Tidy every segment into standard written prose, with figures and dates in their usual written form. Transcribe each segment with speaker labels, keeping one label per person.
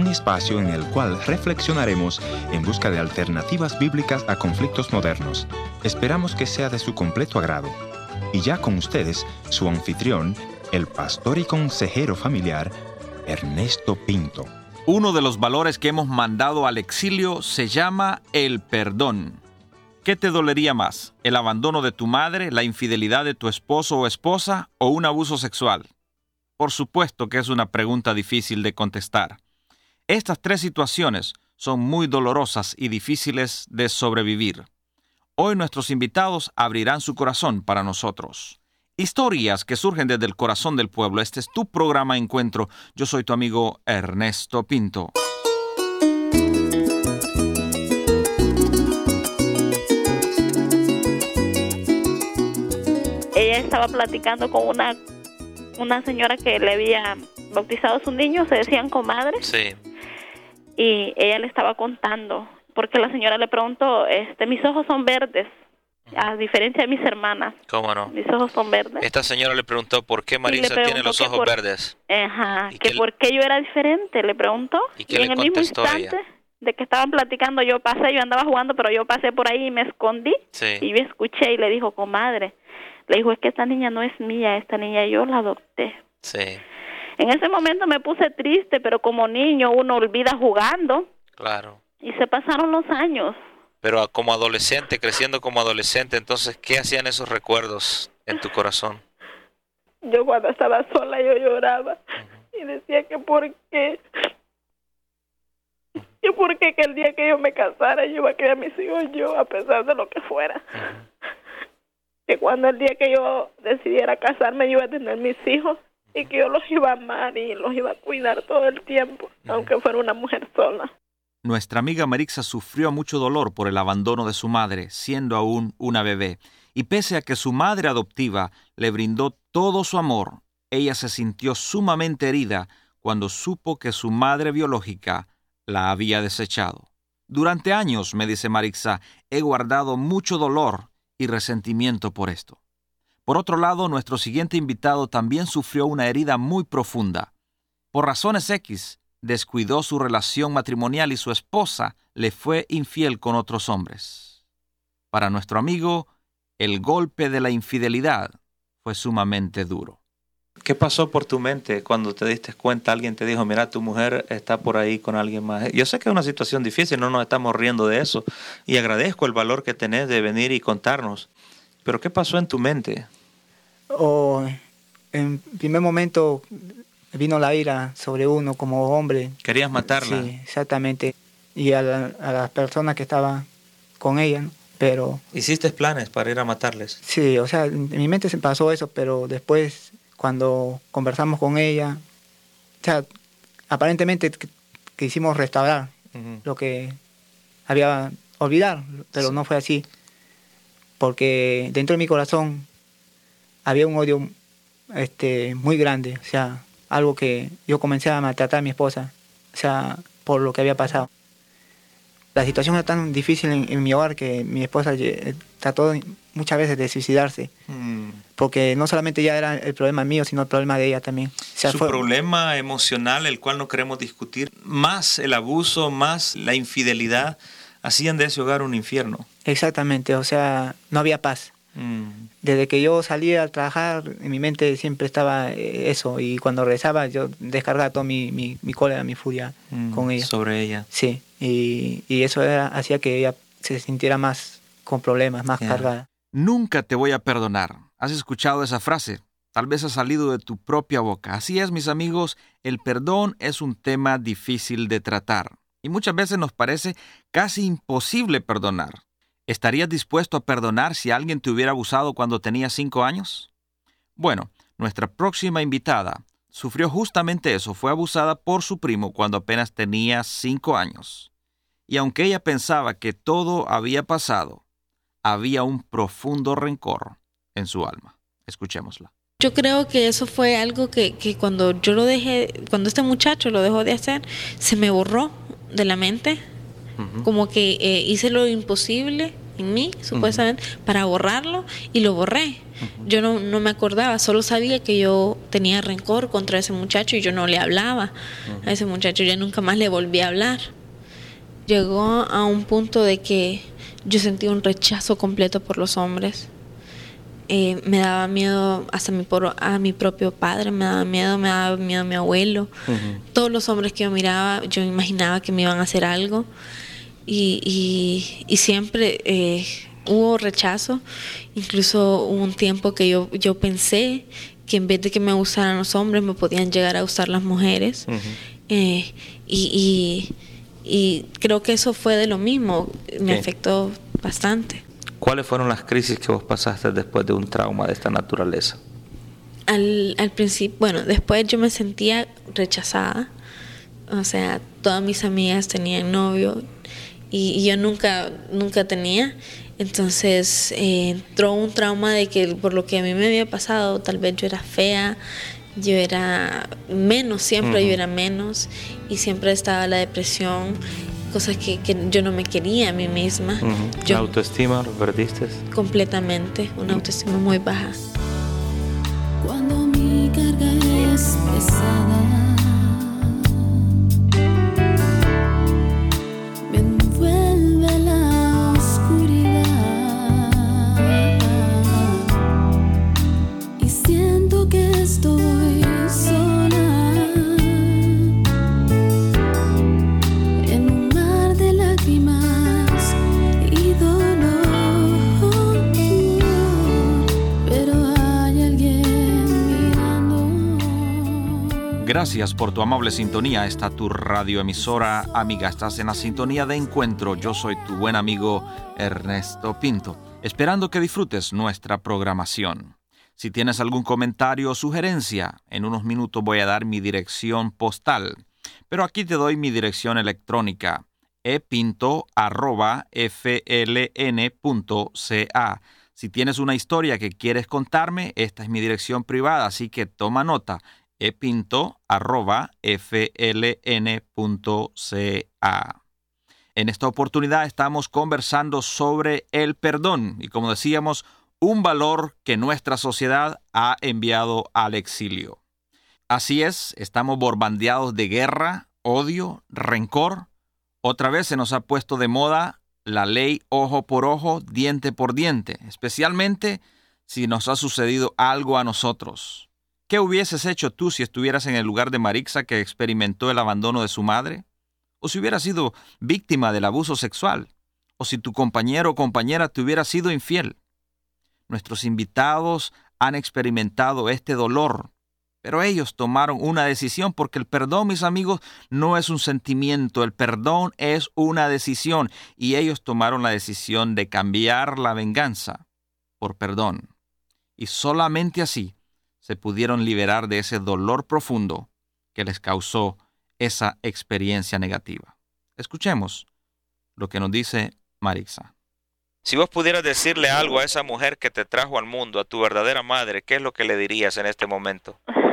Speaker 1: espacio en el cual reflexionaremos en busca de alternativas bíblicas a conflictos modernos. Esperamos que sea de su completo agrado. Y ya con ustedes, su anfitrión, el pastor y consejero familiar, Ernesto Pinto.
Speaker 2: Uno de los valores que hemos mandado al exilio se llama el perdón. ¿Qué te dolería más? ¿El abandono de tu madre, la infidelidad de tu esposo o esposa o un abuso sexual? Por supuesto que es una pregunta difícil de contestar. Estas tres situaciones son muy dolorosas y difíciles de sobrevivir. Hoy nuestros invitados abrirán su corazón para nosotros. Historias que surgen desde el corazón del pueblo. Este es tu programa Encuentro. Yo soy tu amigo Ernesto Pinto.
Speaker 3: Ella estaba platicando con una señora que le había bautizado a su niño, se decían comadres.
Speaker 4: Sí.
Speaker 3: Y ella le estaba contando, porque la señora le preguntó, mis ojos son verdes, a diferencia de mis hermanas.
Speaker 4: ¿Cómo no?
Speaker 3: Mis ojos son verdes.
Speaker 4: Esta señora le preguntó por qué Marisa tiene los ojos verdes.
Speaker 3: Ajá, que por qué yo era diferente, le preguntó.
Speaker 4: ¿Y qué le contestó ella?
Speaker 3: De que estaban platicando, yo andaba jugando, pero yo pasé por ahí y me escondí.
Speaker 4: Sí.
Speaker 3: Y yo escuché y le dijo, comadre, le dijo, es que esta niña no es mía, esta niña yo la adopté.
Speaker 4: Sí.
Speaker 3: En ese momento me puse triste, pero como niño uno olvida jugando.
Speaker 4: Claro.
Speaker 3: Y se pasaron los años.
Speaker 4: Pero como adolescente, creciendo como adolescente, entonces, ¿qué hacían esos recuerdos en tu corazón?
Speaker 3: Yo cuando estaba sola, yo lloraba. Y decía que por qué. Y por qué que el día que yo me casara, yo iba a criar a mis hijos yo, a pesar de lo que fuera. Que cuando el día que yo decidiera casarme, yo iba a tener mis hijos. Y que yo los iba a amar y los iba a cuidar todo el tiempo, aunque fuera una mujer sola.
Speaker 2: Nuestra amiga Marixa sufrió mucho dolor por el abandono de su madre, siendo aún una bebé. Y pese a que su madre adoptiva le brindó todo su amor, ella se sintió sumamente herida cuando supo que su madre biológica la había desechado. Durante años, me dice Marixa, he guardado mucho dolor y resentimiento por esto. Por otro lado, nuestro siguiente invitado también sufrió una herida muy profunda. Por razones X, descuidó su relación matrimonial y su esposa le fue infiel con otros hombres. Para nuestro amigo, el golpe de la infidelidad fue sumamente duro.
Speaker 5: ¿Qué pasó por tu mente cuando te diste cuenta? Alguien te dijo, mira, tu mujer está por ahí con alguien más. Yo sé que es una situación difícil, no nos estamos riendo de eso. Y agradezco el valor que tenés de venir y contarnos. Pero ¿qué pasó en tu mente?
Speaker 6: En primer momento vino la ira sobre uno como hombre.
Speaker 5: ¿Querías matarla?
Speaker 6: Sí, exactamente. Y a las personas que estaban con ella, ¿no? Pero...
Speaker 5: ¿Hiciste planes para ir a matarles?
Speaker 6: Sí, o sea, en mi mente se pasó eso, pero después cuando conversamos con ella, o sea, aparentemente quisimos restaurar lo que había olvidado, pero no fue así. Porque dentro de mi corazón había un odio muy grande, o sea, algo que yo comencé a maltratar a mi esposa, o sea, por lo que había pasado. La situación era tan difícil en mi hogar que mi esposa trató muchas veces de suicidarse, porque no solamente ya era el problema mío, sino el problema de ella también. O sea,
Speaker 5: su problema emocional, el cual no queremos discutir, más el abuso, más la infidelidad, hacían de ese hogar un infierno.
Speaker 6: Exactamente, o sea, no había paz. Desde que yo salía a trabajar, en mi mente siempre estaba eso, y cuando regresaba yo descargaba toda mi cólera, mi furia con ella.
Speaker 5: Sobre ella.
Speaker 6: Sí, y eso hacía que ella se sintiera más con problemas, más cargada.
Speaker 2: Nunca te voy a perdonar. ¿Has escuchado esa frase? Tal vez ha salido de tu propia boca. Así es, mis amigos, el perdón es un tema difícil de tratar. Y muchas veces nos parece casi imposible perdonar. ¿Estarías dispuesto a perdonar si alguien te hubiera abusado cuando tenías 5 años? Bueno, nuestra próxima invitada sufrió justamente eso. Fue abusada por su primo cuando apenas tenía 5 años. Y aunque ella pensaba que todo había pasado, había un profundo rencor en su alma. Escuchémosla.
Speaker 7: Yo creo que eso fue algo que cuando yo lo dejé, cuando este muchacho lo dejó de hacer, se me borró de la mente. Como que hice lo imposible en mí, supuestamente, para borrarlo, y lo borré. Yo no me acordaba, solo sabía que yo tenía rencor contra ese muchacho y yo no le hablaba a ese muchacho, ya nunca más le volví a hablar. Llegó a un punto de que yo sentí un rechazo completo por los hombres. Me daba miedo hasta a mi propio padre, me daba miedo a mi abuelo. Todos los hombres que yo miraba, yo imaginaba que me iban a hacer algo. Y siempre hubo rechazo. Incluso hubo un tiempo que yo pensé que en vez de que me gustaran los hombres, me podían llegar a gustar las mujeres. Y creo que eso fue de lo mismo, me afectó bastante.
Speaker 5: ¿Cuáles fueron las crisis que vos pasaste después de un trauma de esta naturaleza?
Speaker 7: Al principio, bueno, después yo me sentía rechazada. O sea, todas mis amigas tenían novio y yo nunca tenía. Entonces entró un trauma de que por lo que a mí me había pasado, tal vez yo era fea, yo era menos, siempre yo era menos, y siempre estaba la depresión, cosas que yo no me quería a mí misma.
Speaker 5: ¿La autoestima lo perdiste?
Speaker 7: Completamente, una autoestima muy baja.
Speaker 8: Cuando mi carga es pesada, me envuelve la oscuridad y siento que estoy sola en un mar de lágrimas y dolor, pero hay alguien mirando.
Speaker 2: Gracias por tu amable sintonía. Esta tu radioemisora amiga. Estás en la sintonía de Encuentro. Yo soy tu buen amigo Ernesto Pinto, esperando que disfrutes nuestra programación. Si tienes algún comentario o sugerencia, en unos minutos voy a dar mi dirección postal. Pero aquí te doy mi dirección electrónica, epinto@fln.ca. Si tienes una historia que quieres contarme, esta es mi dirección privada, así que toma nota, epinto@fln.ca. En esta oportunidad estamos conversando sobre el perdón y, como decíamos, un valor que nuestra sociedad ha enviado al exilio. Así es, estamos bombardeados de guerra, odio, rencor. Otra vez se nos ha puesto de moda la ley ojo por ojo, diente por diente, especialmente si nos ha sucedido algo a nosotros. ¿Qué hubieses hecho tú si estuvieras en el lugar de Marixa, que experimentó el abandono de su madre? ¿O si hubieras sido víctima del abuso sexual? ¿O si tu compañero o compañera te hubiera sido infiel? Nuestros invitados han experimentado este dolor, pero ellos tomaron una decisión, porque el perdón, mis amigos, no es un sentimiento, el perdón es una decisión, y ellos tomaron la decisión de cambiar la venganza por perdón. Y solamente así se pudieron liberar de ese dolor profundo que les causó esa experiencia negativa. Escuchemos lo que nos dice Marixa.
Speaker 4: Si vos pudieras decirle algo a esa mujer que te trajo al mundo, a tu verdadera madre, ¿qué es lo que le dirías en este momento?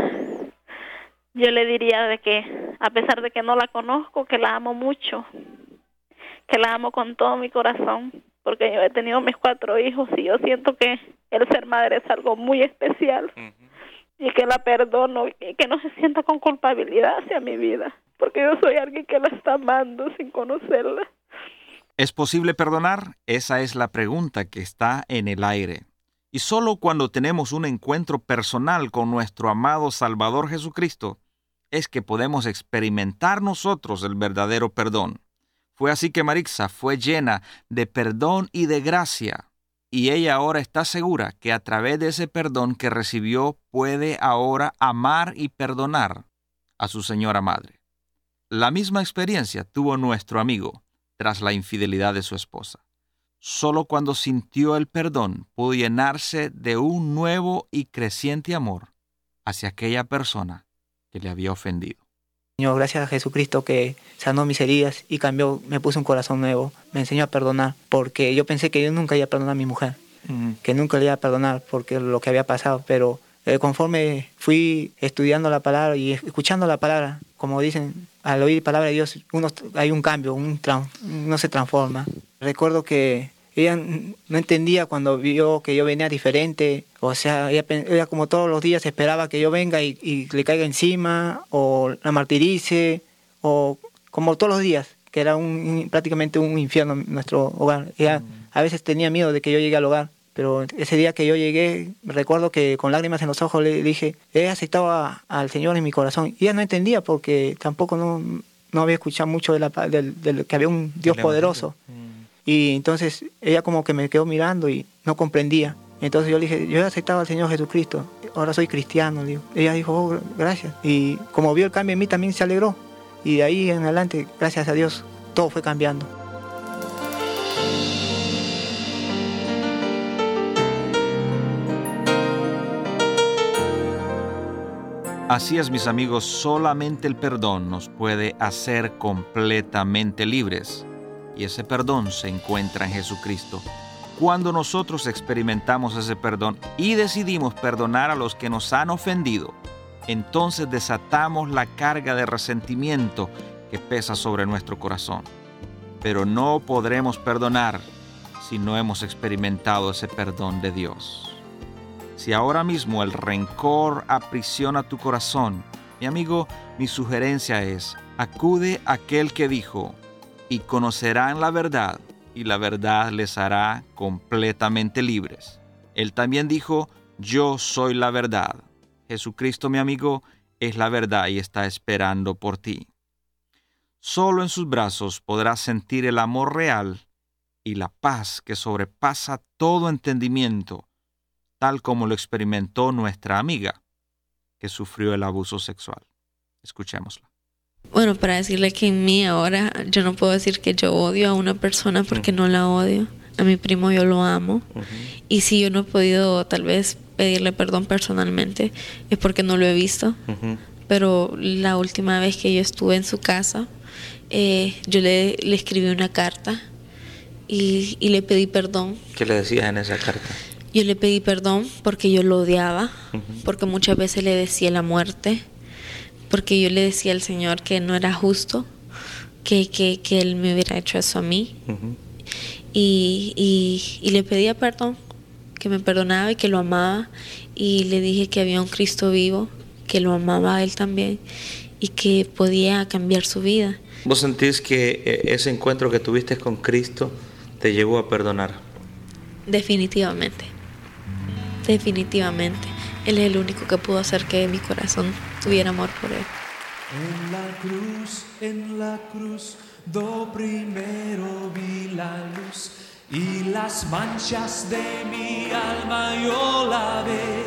Speaker 3: Yo le diría de que, a pesar de que no la conozco, que la amo mucho, que la amo con todo mi corazón, porque yo he tenido mis 4 hijos y yo siento que el ser madre es algo muy especial. Y que la perdono y que no se sienta con culpabilidad hacia mi vida, porque yo soy alguien que la está amando sin conocerla.
Speaker 2: ¿Es posible perdonar? Esa es la pregunta que está en el aire. Y solo cuando tenemos un encuentro personal con nuestro amado Salvador Jesucristo es que podemos experimentar nosotros el verdadero perdón. Fue así que Marixa fue llena de perdón y de gracia. Y ella ahora está segura que a través de ese perdón que recibió puede ahora amar y perdonar a su señora madre. La misma experiencia tuvo nuestro amigo tras la infidelidad de su esposa. Solo cuando sintió el perdón pudo llenarse de un nuevo y creciente amor hacia aquella persona que le había ofendido.
Speaker 6: Señor, gracias a Jesucristo que sanó mis heridas y cambió, me puso un corazón nuevo, me enseñó a perdonar, porque yo pensé que yo nunca iba a perdonar a mi mujer, que nunca le iba a perdonar porque lo que había pasado, pero conforme fui estudiando la palabra y escuchando la palabra, como dicen, al oír la palabra de Dios, hay un cambio, uno se transforma. Recuerdo que ella no entendía cuando vio que yo venía diferente. O sea, ella como todos los días esperaba que yo venga y le caiga encima, o la martirice, o como todos los días, que era prácticamente un infierno en nuestro hogar. Ella a veces tenía miedo de que yo llegue al hogar, pero ese día que yo llegué, recuerdo que con lágrimas en los ojos le dije, he aceptado al Señor en mi corazón. Y ella no entendía porque tampoco no había escuchado mucho de que había un Dios poderoso. Y entonces ella como que me quedó mirando y no comprendía. Entonces yo le dije, yo he aceptado al Señor Jesucristo, ahora soy cristiano. Digo. Ella dijo, oh, gracias. Y como vio el cambio en mí, también se alegró. Y de ahí en adelante, gracias a Dios, todo fue cambiando.
Speaker 2: Así es, mis amigos, solamente el perdón nos puede hacer completamente libres. Y ese perdón se encuentra en Jesucristo. Cuando nosotros experimentamos ese perdón y decidimos perdonar a los que nos han ofendido, entonces desatamos la carga de resentimiento que pesa sobre nuestro corazón. Pero no podremos perdonar si no hemos experimentado ese perdón de Dios. Si ahora mismo el rencor aprisiona tu corazón, mi amigo, mi sugerencia es, acude a aquel que dijo, y conocerán la verdad, y la verdad les hará completamente libres. Él también dijo, yo soy la verdad. Jesucristo, mi amigo, es la verdad y está esperando por ti. Solo en sus brazos podrás sentir el amor real y la paz que sobrepasa todo entendimiento, tal como lo experimentó nuestra amiga que sufrió el abuso sexual. Escuchémosla.
Speaker 7: Bueno, para decirle que en mí ahora yo no puedo decir que yo odio a una persona porque no la odio. A mi primo yo lo amo. Y si yo no he podido tal vez pedirle perdón personalmente es porque no lo he visto. Pero la última vez que yo estuve en su casa, yo le escribí una carta y le pedí perdón.
Speaker 5: ¿Qué le decías en esa carta?
Speaker 7: Yo le pedí perdón porque yo lo odiaba, porque muchas veces le decía la muerte, porque yo le decía al Señor que no era justo que Él me hubiera hecho eso a mí. Y le pedía perdón, que me perdonaba y que lo amaba. Y le dije que había un Cristo vivo, que lo amaba a Él también y que podía cambiar su vida.
Speaker 5: ¿Vos sentís que ese encuentro que tuviste con Cristo te llevó a perdonar?
Speaker 7: Definitivamente. Definitivamente. Él es el único que pudo hacer que mi corazón tuviera amor por Él.
Speaker 9: En la cruz, do primero vi la luz y las manchas de mi alma yo lavé.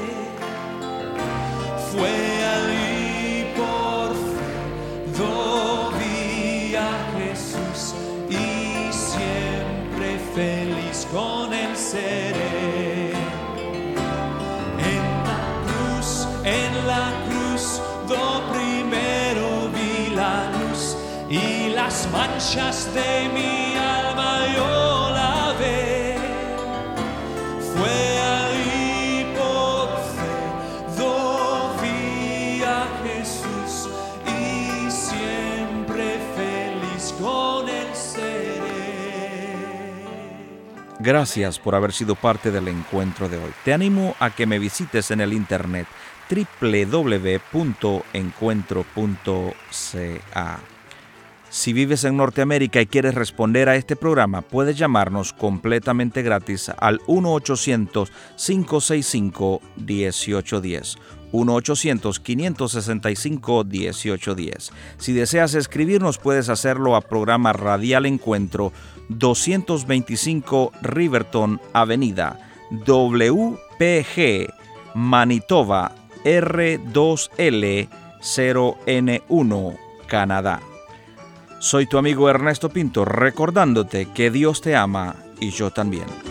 Speaker 9: Fue ahí por fe, do vi a Jesús y siempre feliz con Él seré. En la cruz, do primero vi la luz y las manchas de mi alma yo lavé. Fue ahí por fe, do vi a Jesús y siempre feliz con Él seré.
Speaker 2: Gracias por haber sido parte del encuentro de hoy. Te animo a que me visites en el internet www.encuentro.ca. Si vives en Norteamérica y quieres responder a este programa, puedes llamarnos completamente gratis al 1-800-565-1810. 1-800-565-1810. Si deseas escribirnos, puedes hacerlo a programa Radial Encuentro, 225 Riverton Avenida, WPG, Manitoba, R2L0N1, Canadá. Soy tu amigo Ernesto Pinto, recordándote que Dios te ama y yo también.